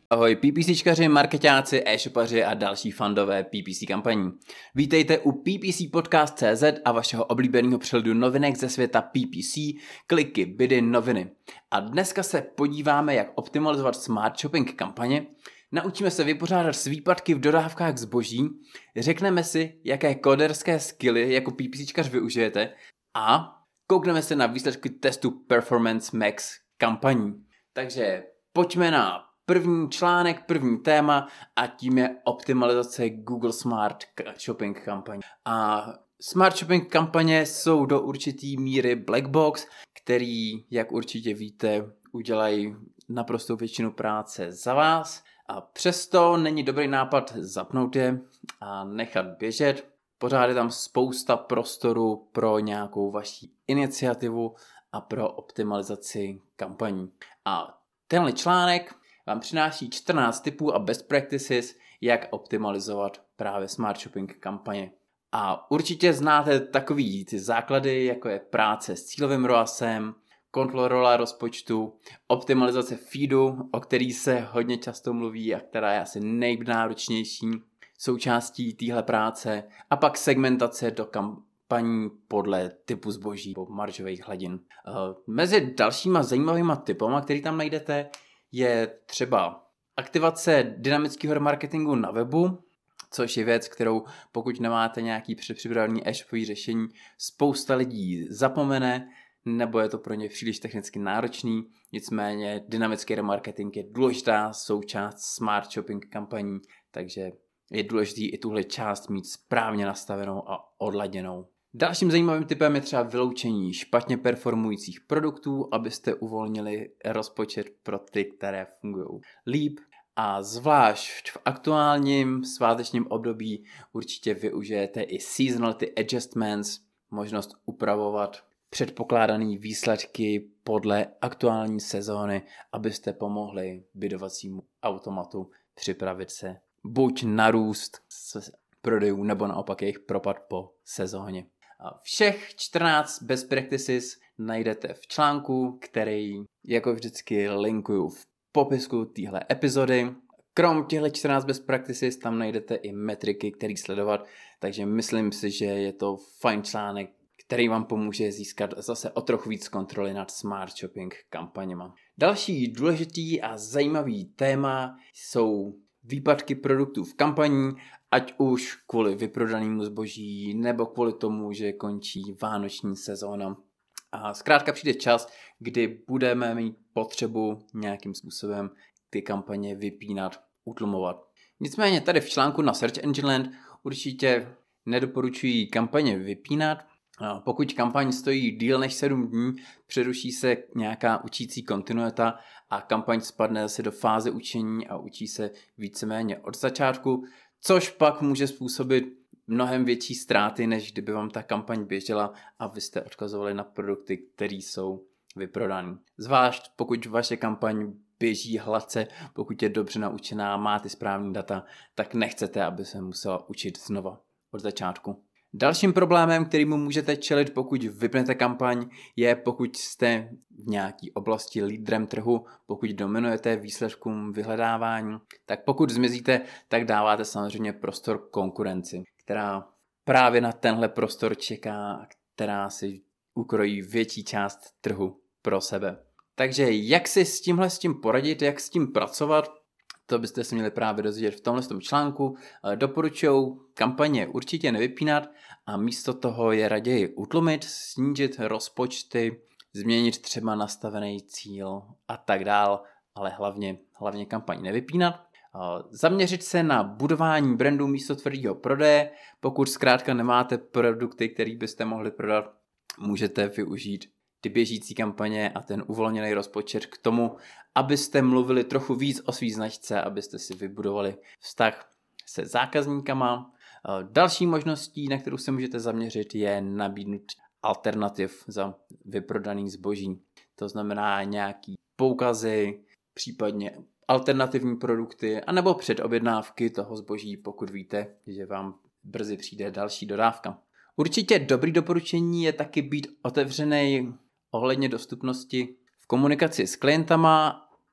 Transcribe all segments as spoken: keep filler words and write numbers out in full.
Ahoj PPCčkaři, marketáci, e-shopaři a další fandové P P C kampaní. Vítejte u P P C Podcast tečka cé zet a vašeho oblíbeného přehledu novinek ze světa P P C, kliky, bidy, noviny. A dneska se podíváme, jak optimalizovat smart shopping kampaně, naučíme se vypořádat s výpadky v dodávkách zboží, řekneme si, jaké koderské skilly jako PPCčkař využijete a koukneme se na výsledky testu Performance Max kampaní. Takže pojďme na první článek, první téma a tím je optimalizace Google Smart Shopping kampaně. A Smart Shopping kampaně jsou do určitý míry black box, který, jak určitě víte, udělají naprostou většinu práce za vás a přesto není dobrý nápad zapnout je a nechat běžet. Pořád je tam spousta prostoru pro nějakou vaši iniciativu a pro optimalizaci kampaní. A tenhle článek vám přináší čtrnáct tipů a best practices, jak optimalizovat právě smart shopping kampaně. A určitě znáte takový ty základy, jako je práce s cílovým ROASem, kontrola rozpočtu, optimalizace feedu, o který se hodně často mluví a která je asi nejnáročnější součástí téhle práce, a pak segmentace do kampaní podle typu zboží po maržových hladin. Mezi dalšíma zajímavýma typama, který tam najdete, je třeba aktivace dynamického remarketingu na webu, což je věc, kterou pokud nemáte nějaký předpřipravený e-shopový řešení, spousta lidí zapomene, nebo je to pro ně příliš technicky náročný. Nicméně dynamický remarketing je důležitá součást smart shopping kampaní, takže je důležité i tuhle část mít správně nastavenou a odladěnou. Dalším zajímavým typem je třeba vyloučení špatně performujících produktů, abyste uvolnili rozpočet pro ty, které fungují líp. A zvlášť v aktuálním svátečním období určitě využijete i seasonality adjustments, možnost upravovat předpokládané výsledky podle aktuální sezóny, abyste pomohli bidovacímu automatu připravit se buď na růst prodejů, nebo naopak jejich propad po sezóně. A všech čtrnáct best practices najdete v článku, který jako vždycky linkuju v popisku téhle epizody. Krom těchto čtrnáct best practices tam najdete i metriky, které sledovat, takže myslím si, že je to fajn článek, který vám pomůže získat zase o trochu víc kontroly nad smart shopping kampaněma. Další důležitý a zajímavý téma jsou výpadky produktů v kampaní, ať už kvůli vyprodanému zboží, nebo kvůli tomu, že končí vánoční sezóna. A zkrátka přijde čas, kdy budeme mít potřebu nějakým způsobem ty kampaně vypínat, utlumovat. Nicméně tady v článku na Search Engine Land určitě nedoporučuji kampaně vypínat. Pokud kampaň stojí díl než sedm dní, přeruší se nějaká učící kontinuita a kampaň spadne zase do fáze učení a učí se víceméně od začátku, což pak může způsobit mnohem větší ztráty, než kdyby vám ta kampaň běžela a vy jste odkazovali na produkty, které jsou vyprodané. Zvlášť pokud vaše kampaň běží hladce, pokud je dobře naučená, máte správný data, tak nechcete, aby se musela učit znova od začátku. Dalším problémem, kterýmu můžete čelit, pokud vypnete kampaň, je pokud jste v nějaké oblasti lídrem trhu, pokud dominujete výsledkům vyhledávání, tak pokud zmizíte, tak dáváte samozřejmě prostor konkurenci, která právě na tenhle prostor čeká, která si ukrojí větší část trhu pro sebe. Takže jak si s tímhle s tím poradit, jak s tím pracovat, to byste se měli právě dozvědět v tomhle článku. Doporučuji kampaně určitě nevypínat a místo toho je raději utlumit, snížit rozpočty, změnit třeba nastavený cíl a tak dál, ale hlavně, hlavně kampaň nevypínat. Zaměřit se na budování brandu místo tvrdého prodeje. Pokud zkrátka nemáte produkty, které byste mohli prodat, můžete využít ty běžící kampaně a ten uvolněný rozpočet k tomu, abyste mluvili trochu víc o svý značce, abyste si vybudovali vztah se zákazníkama. Další možností, na kterou se můžete zaměřit, je nabídnout alternativ za vyprodaný zboží. To znamená nějaký poukazy, případně alternativní produkty, anebo předobjednávky toho zboží, pokud víte, že vám brzy přijde další dodávka. Určitě dobrý doporučení je taky být otevřený ohledně dostupnosti v komunikaci s klientama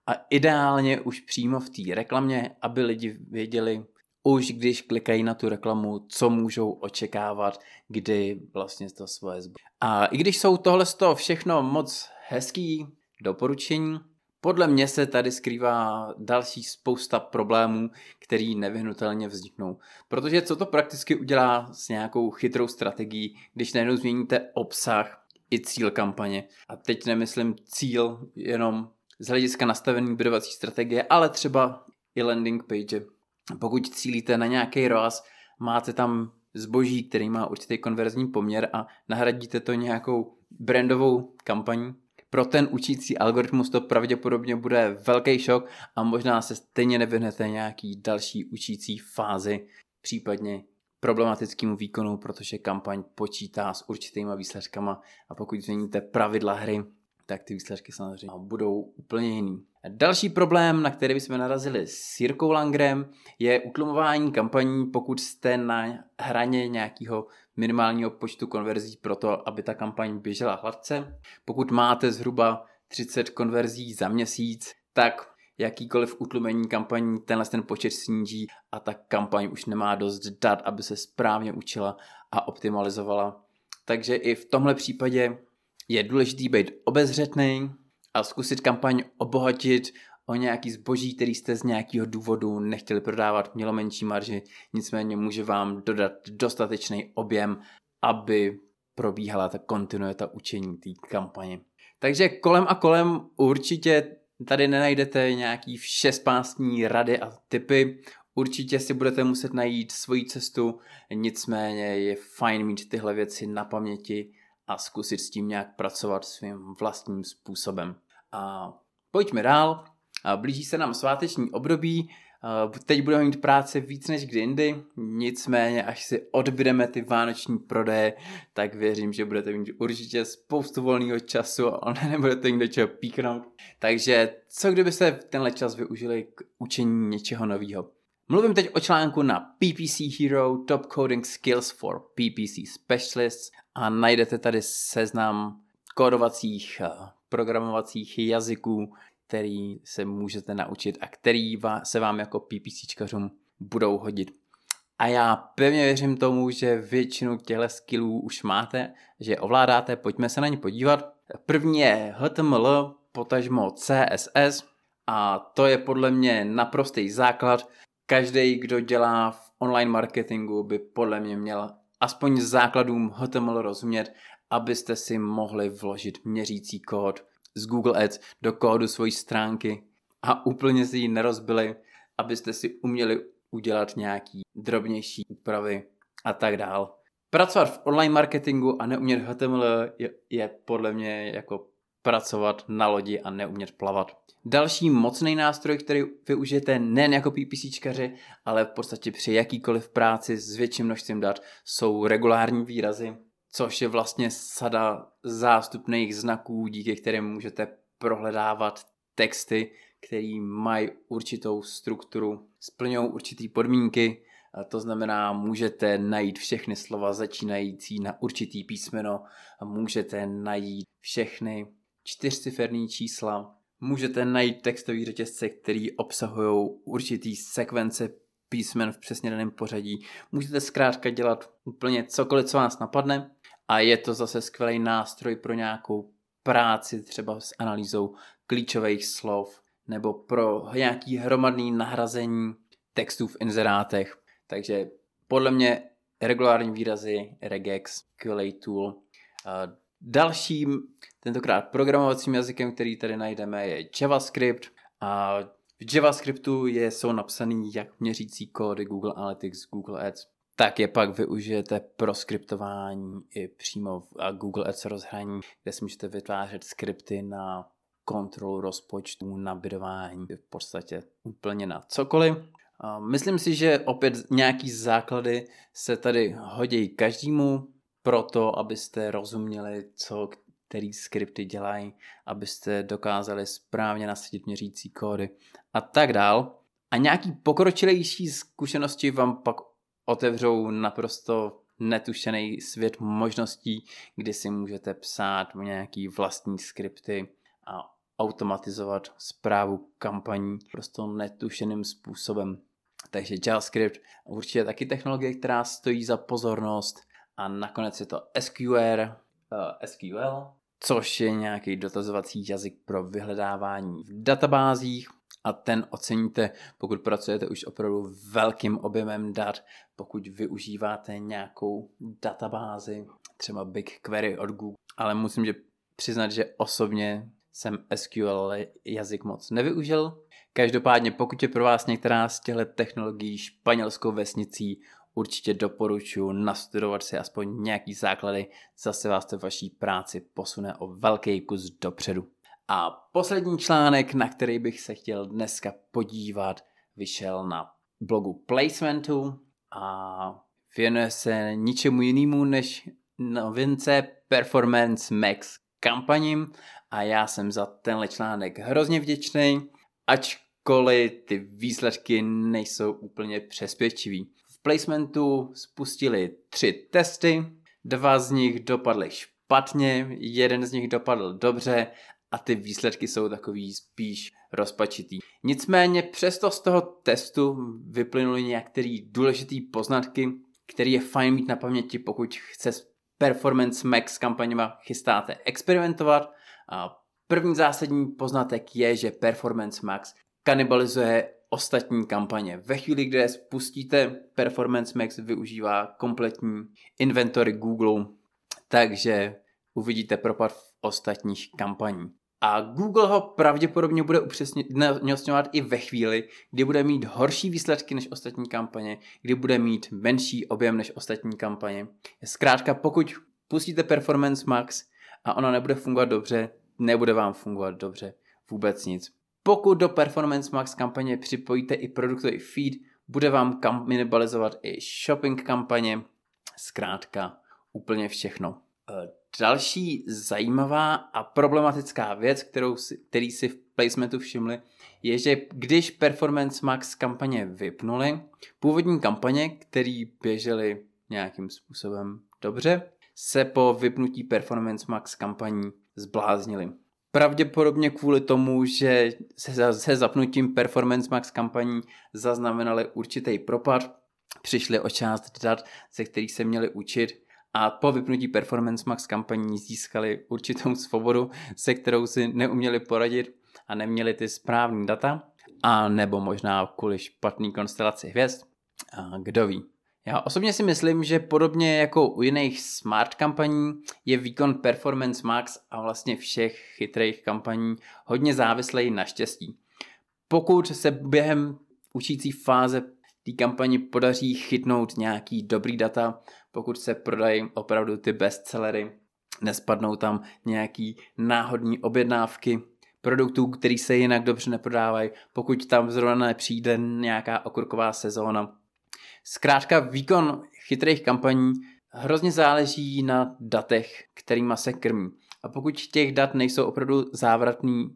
a ideálně už přímo v té reklamě, aby lidi věděli, už když klikají na tu reklamu, co můžou očekávat, kdy vlastně to svoje zboží. A i když jsou tohle z toho všechno moc hezký doporučení, podle mě se tady skrývá další spousta problémů, který nevyhnutelně vzniknou. Protože co to prakticky udělá s nějakou chytrou strategií, když najednou změníte obsah i cíl kampaně. A teď nemyslím cíl jenom z hlediska nastavený budovací strategie, ale třeba i landing page. Pokud cílíte na nějaký R O A S, máte tam zboží, který má určitý konverzní poměr a nahradíte to nějakou brandovou kampaní. Pro ten učící algoritmus to pravděpodobně bude velký šok a možná se stejně nevyhnete nějaký další učící fázi, případně problematickému výkonu, protože kampaň počítá s určitýma výsledkama a pokud změníte pravidla hry, tak ty výsledky samozřejmě budou úplně jiný. Další problém, na který bychom narazili s Jirkou Langrem, je utlumování kampaní, pokud jste na hraně nějakého minimálního počtu konverzí pro to, aby ta kampaň běžela hladce. Pokud máte zhruba třicet konverzí za měsíc, tak jakýkoliv utlumení kampaní tenhle ten počet sníží a ta kampaň už nemá dost dat, aby se správně učila a optimalizovala. Takže i v tomhle případě je důležitý být obezřetný a zkusit kampaň obohatit o nějaký zboží, který jste z nějakého důvodu nechtěli prodávat, mělo menší marži, nicméně může vám dodat dostatečný objem, aby probíhala ta kontinuita učení té kampaně. Takže kolem a kolem určitě tady nenajdete nějaký všespásní rady a tipy, určitě si budete muset najít svoji cestu, nicméně je fajn mít tyhle věci na paměti a zkusit s tím nějak pracovat svým vlastním způsobem. A pojďme dál. Blíží se nám sváteční období, teď budeme mít práce víc než kdy jindy, nicméně až si odbydeme ty vánoční prodeje, tak věřím, že budete mít určitě spoustu volného času a nebudete mít do čeho píknout. Takže co kdybyste tenhle čas využili k učení něčeho nového? Mluvím teď o článku na P P C Hero Top Coding Skills for P P C Specialists a najdete tady seznam kódovacích, programovacích jazyků, který se můžete naučit a který se vám jako PPCčkařům budou hodit. A já pevně věřím tomu, že většinu těchto skillů už máte, že je ovládáte, pojďme se na ně podívat. První je H T M L, potažmo C S S a to je podle mě naprostý základ. Každý, kdo dělá v online marketingu, by podle mě měl aspoň základům H T M L rozumět, abyste si mohli vložit měřící kód z Google Ads do kódu svojí stránky a úplně si ji nerozbili, abyste si uměli udělat nějaký drobnější úpravy a tak dál. Pracovat v online marketingu a neumět H T M L je, je podle mě jako pracovat na lodi a neumět plavat. Další mocný nástroj, který využijete nejen jako PPCčkaři, ale v podstatě při jakýkoliv práci s větším množstvím dat, jsou regulární výrazy, což je vlastně sada zástupných znaků, díky kterým můžete prohledávat texty, které mají určitou strukturu, splňují určité podmínky, a to znamená, můžete najít všechny slova začínající na určitý písmeno, můžete najít všechny čtyřciferné čísla, můžete najít textový řetězce, který obsahují určitý sekvence písmen v přesně daném pořadí. Můžete zkrátka dělat úplně cokoliv, co vás napadne a je to zase skvělý nástroj pro nějakou práci třeba s analýzou klíčových slov nebo pro nějaký hromadný nahrazení textů v inzerátech. Takže podle mě regulární výrazy, regex, skvělý tool. Dalším, tentokrát programovacím jazykem, který tady najdeme, je JavaScript. A v JavaScriptu je, jsou napsaný jak měřící kódy Google Analytics, Google Ads, tak je pak využijete pro skriptování i přímo v Google Ads rozhraní, kde si můžete vytvářet skripty na kontrolu rozpočtu, na bydování, v podstatě úplně na cokoliv. Myslím si, že opět nějaký základy se tady hodí každému pro to, abyste rozuměli, co který skripty dělají, abyste dokázali správně nasadit měřící kódy a tak dál. A nějaký pokročilejší zkušenosti vám pak otevřou naprosto netušený svět možností, kdy si můžete psát nějaký vlastní skripty a automatizovat správu kampaní prostě netušeným způsobem. Takže JavaScript určitě taky technologie, která stojí za pozornost. A nakonec je to S Q R, uh, S Q L, což je nějaký dotazovací jazyk pro vyhledávání v databázích. A ten oceníte, pokud pracujete už opravdu velkým objemem dat, pokud využíváte nějakou databázi, třeba BigQuery od Google. Ale musím že přiznat, že osobně jsem S Q L jazyk moc nevyužil. Každopádně, pokud je pro vás některá z těchto technologií španělskou vesnicí, určitě doporučuji nastudovat si aspoň nějaký základy, zase vás to vaší práci posune o velký kus dopředu. A poslední článek, na který bych se chtěl dneska podívat, vyšel na blogu Placementu a věnuje se ničemu jinému než novince Performance Max kampaním a já jsem za tenhle článek hrozně vděčný, ačkoliv ty výsledky nejsou úplně přesvědčivý. V Placementu spustili tři testy, dva z nich dopadly špatně, jeden z nich dopadl dobře a ty výsledky jsou takový spíš rozpačitý. Nicméně přesto z toho testu vyplynuly některé důležité poznatky, které je fajn mít na paměti, pokud chce s Performance Max kampaněma chystáte experimentovat. A první zásadní poznatek je, že Performance Max kanibalizuje ostatní kampaně. Ve chvíli, kdy spustíte, Performance Max využívá kompletní inventory Google, takže uvidíte propad v ostatních kampaní. A Google ho pravděpodobně bude upřesňovat i ve chvíli, kdy bude mít horší výsledky než ostatní kampaně, kdy bude mít menší objem než ostatní kampaně. Zkrátka, pokud pustíte Performance Max a ono nebude fungovat dobře, nebude vám fungovat dobře vůbec nic. Pokud do Performance Max kampaně připojíte i produktový feed, bude vám kanibalizovat i shopping kampaně, zkrátka úplně všechno. Další zajímavá a problematická věc, kterou si, který si v Placementu všimli, je, že když Performance Max kampaně vypnuli, původní kampaně, které běžely nějakým způsobem dobře, se po vypnutí Performance Max kampaní zbláznily. Pravděpodobně kvůli tomu, že se, se zapnutím Performance Max kampaní zaznamenali určitý propad, přišli o část dat, ze kterých se měli učit, a po vypnutí Performance Max kampaní získali určitou svobodu, se kterou si neuměli poradit a neměli ty správný data, a nebo možná kvůli špatný konstelaci hvězd. A kdo ví. Já osobně si myslím, že podobně jako u jiných smart kampaní je výkon Performance Max a vlastně všech chytrých kampaní hodně závislý na štěstí. Pokud se během učící fáze té kampani podaří chytnout nějaký dobrý data, pokud se prodají opravdu ty bestsellery, nespadnou tam nějaký náhodní objednávky produktů, který se jinak dobře neprodávají, pokud tam zrovna nepřijde nějaká okurková sezóna. Zkrátka výkon chytrých kampaní hrozně záleží na datech, kterýma se krmí. A pokud těch dat nejsou opravdu závratný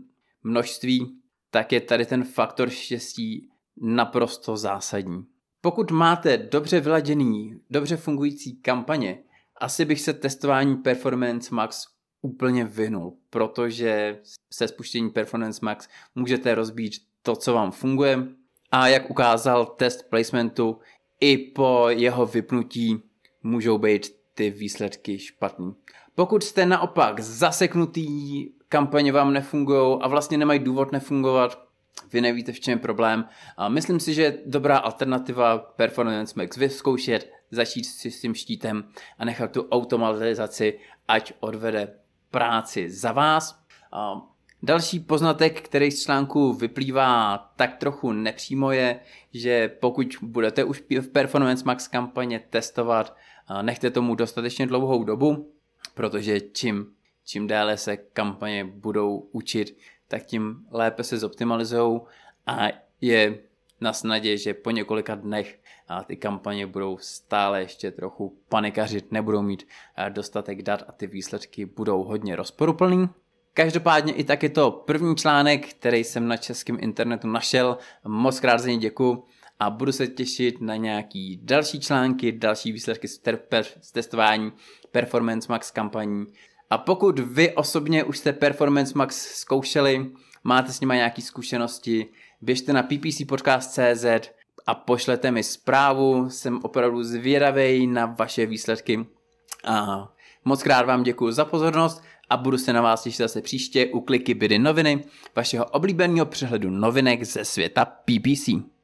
množství, tak je tady ten faktor štěstí naprosto zásadní. Pokud máte dobře vyladěný, dobře fungující kampaně, asi bych se testování Performance Max úplně vyhnul, protože se spuštění Performance Max můžete rozbít to, co vám funguje, a jak ukázal test Placementu, i po jeho vypnutí můžou být ty výsledky špatný. Pokud jste naopak zaseknutý, kampaně vám nefungují a vlastně nemají důvod nefungovat, vy nevíte, v čem je problém, a myslím si, že je dobrá alternativa Performance Max vyzkoušet, začít si s tím štítem a nechat tu automatizaci, ať odvede práci za vás. A další poznatek, který z článku vyplývá tak trochu nepřímo, je, že pokud budete už v Performance Max kampaně testovat, nechte tomu dostatečně dlouhou dobu, protože čím, čím déle se kampaně budou učit, tak tím lépe se zoptimalizujou a je na snadě, že po několika dnech ty kampaně budou stále ještě trochu panikařit, nebudou mít dostatek dat a ty výsledky budou hodně rozporuplný. Každopádně i tak je to první článek, který jsem na českém internetu našel. Moc krát za něj děkuju a budu se těšit na nějaký další články, další výsledky z testování Performance Max kampaní A pokud vy osobně už jste Performance Max zkoušeli, máte s nimi nějaké zkušenosti, běžte na p p c podcast tečka c z a pošlete mi zprávu, jsem opravdu zvědavý na vaše výsledky. A moc krát vám děkuji za pozornost a budu se na vás těšit zase příště u Kliky Bydy noviny, vašeho oblíbeného přehledu novinek ze světa P P C.